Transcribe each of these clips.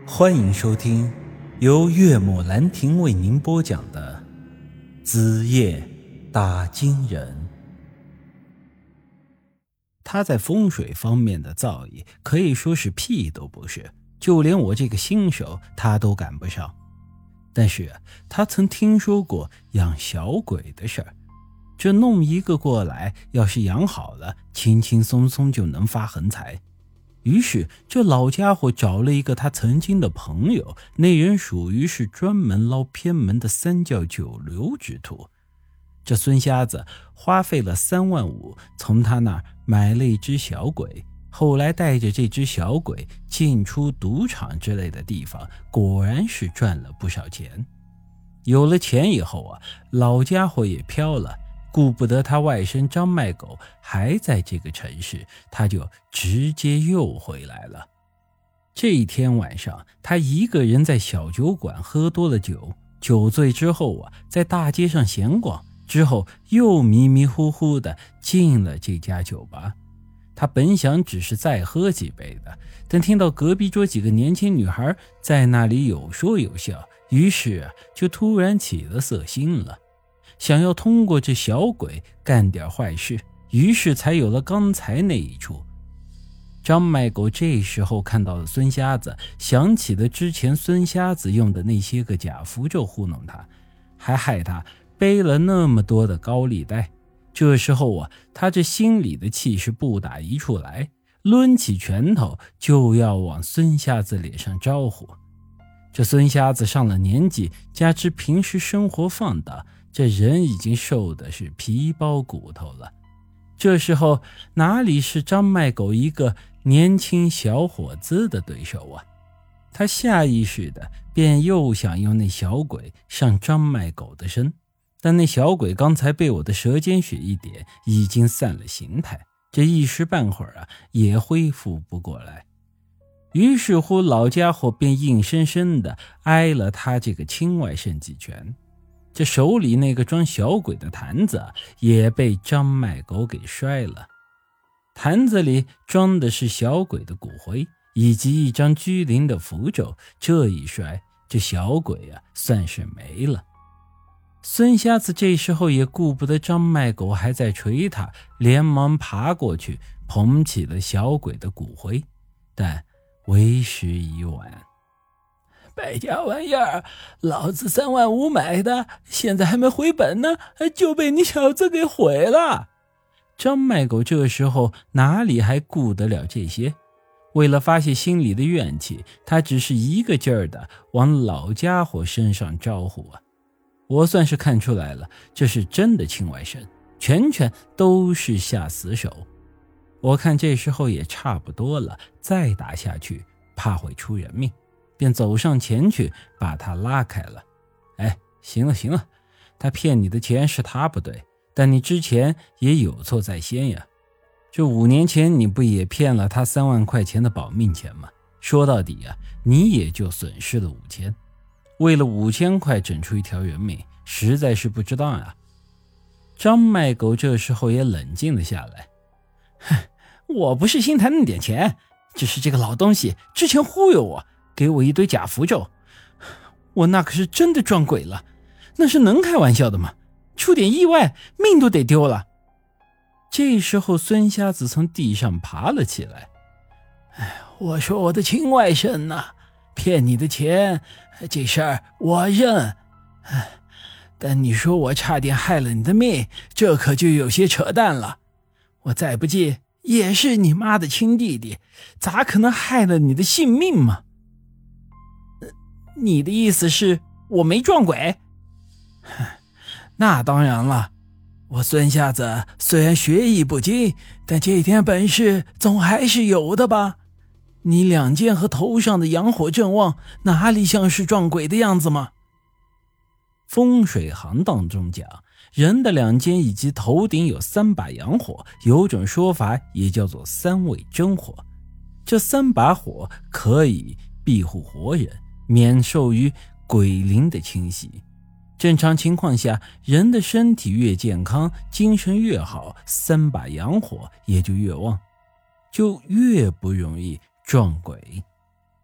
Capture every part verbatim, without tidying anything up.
欢迎收听由岳母兰亭为您播讲的子夜打金人。他在风水方面的造诣可以说是屁都不是，就连我这个新手他都赶不上。但是他曾听说过养小鬼的事儿，这弄一个过来，要是养好了，轻轻松松就能发横财。于是这老家伙找了一个他曾经的朋友，那人属于是专门捞偏门的三教九流之徒。这孙瞎子花费了三万五从他那儿买了一只小鬼，后来带着这只小鬼进出赌场之类的地方，果然是赚了不少钱。有了钱以后啊，老家伙也飘了，顾不得他外甥张卖狗还在这个城市，他就直接又回来了。这一天晚上，他一个人在小酒馆喝多了酒，酒醉之后啊，在大街上闲逛，之后又迷迷糊糊的进了这家酒吧。他本想只是再喝几杯的，但听到隔壁桌几个年轻女孩在那里有说有笑，于是啊，就突然起了色心了，想要通过这小鬼干点坏事，于是才有了刚才那一出。张卖狗这时候看到了孙瞎子，想起了之前孙瞎子用的那些个假符咒糊弄他，还害他背了那么多的高利贷。这时候啊，他这心里的气是不打一处来，抡起拳头就要往孙瞎子脸上招呼。这孙瞎子上了年纪，加之平时生活放荡，这人已经瘦的是皮包骨头了。这时候哪里是张卖狗一个年轻小伙子的对手啊？他下意识的便又想用那小鬼上张卖狗的身，但那小鬼刚才被我的舌尖血一点，已经散了形态，这一时半会儿啊也恢复不过来。于是乎老家伙便硬生生的挨了他这个亲外甥几拳，这手里那个装小鬼的坛子也被张卖狗给摔了。坛子里装的是小鬼的骨灰以及一张拘灵的符咒，这一摔，这小鬼啊算是没了。孙瞎子这时候也顾不得张卖狗还在捶他，连忙爬过去捧起了小鬼的骨灰，但为时已晚。 败家玩意儿，老子三万五买的，现在还没回本呢，就被你小子给毁了。 张卖狗这时候哪里还顾得了这些，为了发泄心里的怨气，他只是一个劲儿的往老家伙身上招呼啊。我算是看出来了，这是真的亲外甥，拳拳都是下死手。我看这时候也差不多了，再打下去怕会出人命，便走上前去把他拉开了。哎，行了行了，他骗你的钱是他不对，但你之前也有错在先呀。这五年前你不也骗了他三万块钱的保命钱吗？说到底啊，你也就损失了五千，为了五千块整出一条人命，实在是不值当啊。张卖狗这时候也冷静了下来， 哼，我不是心疼那点钱，只是这个老东西之前忽悠我，给我一堆假符咒，我那可是真的撞鬼了，那是能开玩笑的吗？出点意外命都得丢了。 这时候孙瞎子从地上爬了起来， 哎，我说我的亲外甥呐，骗你的钱这事儿我认，但你说我差点害了你的命，这可就有些扯淡了。我再不济也是你妈的亲弟弟，咋可能害了你的性命嘛？你的意思是我没撞鬼？那当然了，我孙瞎子虽然学艺不精，但这点本事总还是有的吧？你两肩和头上的阳火正旺，哪里像是撞鬼的样子吗？ 风水行当中讲，人的两肩以及头顶有三把阳火，有种说法也叫做三味真火。这三把火可以庇护活人，免受于鬼灵的侵袭。正常情况下，人的身体越健康，精神越好，三把阳火也就越旺，就越不容易撞鬼。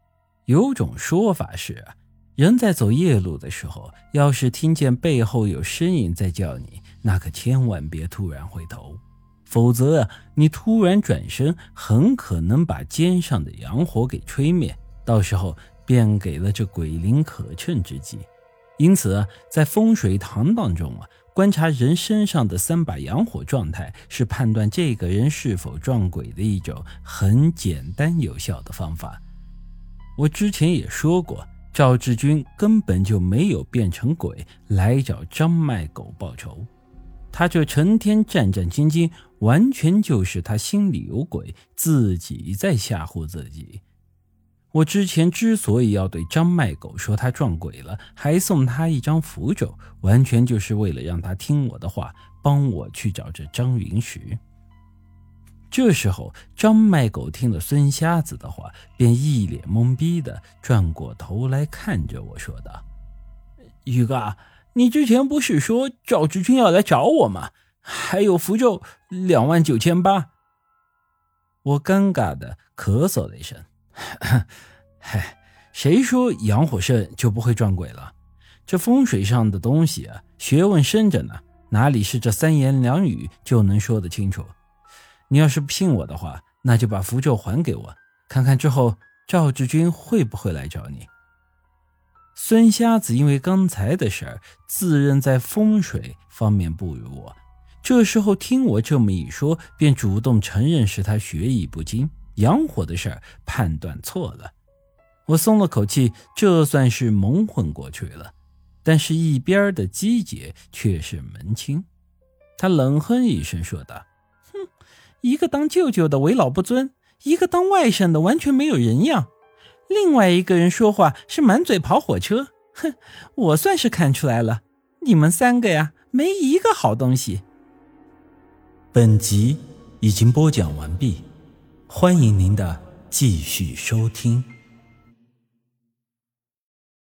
有种说法是，人在走夜路的时候，要是听见背后有声音在叫你，那可千万别突然回头，否则啊，你突然转身，很可能把肩上的阳火给吹灭，到时候便给了这鬼灵可乘之机。因此啊，在风水堂当中啊，观察人身上的三把阳火状态，是判断这个人是否撞鬼的一种很简单有效的方法。我之前也说过，赵志军根本就没有变成鬼来找张麦狗报仇，他这成天战战兢兢，完全就是他心里有鬼，自己在吓唬自己。我之前之所以要对张麦狗说他撞鬼了，还送他一张符咒，完全就是为了让他听我的话，帮我去找这张云石。这时候张麦狗听了孙瞎子的话，便一脸懵逼的转过头来看着我说道：宇哥，你之前不是说赵志军要来找我吗？还有符咒两万九千八。我尴尬的咳嗽了一声，嗨，谁说阳火盛就不会撞鬼了？这风水上的东西啊，学问深着呢，哪里是这三言两语就能说得清楚？你要是不信我的话，那就把符咒还给我，看看之后赵志军会不会来找你。孙瞎子因为刚才的事儿，自认在风水方面不如我，这时候听我这么一说，便主动承认是他学艺不精，阳火的事儿判断错了。我松了口气，这算是蒙混过去了。但是一边的姬姐却是门清，他冷哼一声说道：哼，一个当舅舅的为老不尊，一个当外甥的完全没有人样，另外一个人说话是满嘴跑火车，哼，我算是看出来了，你们三个呀，没一个好东西。 本集已经播讲完毕，欢迎您的继续收听。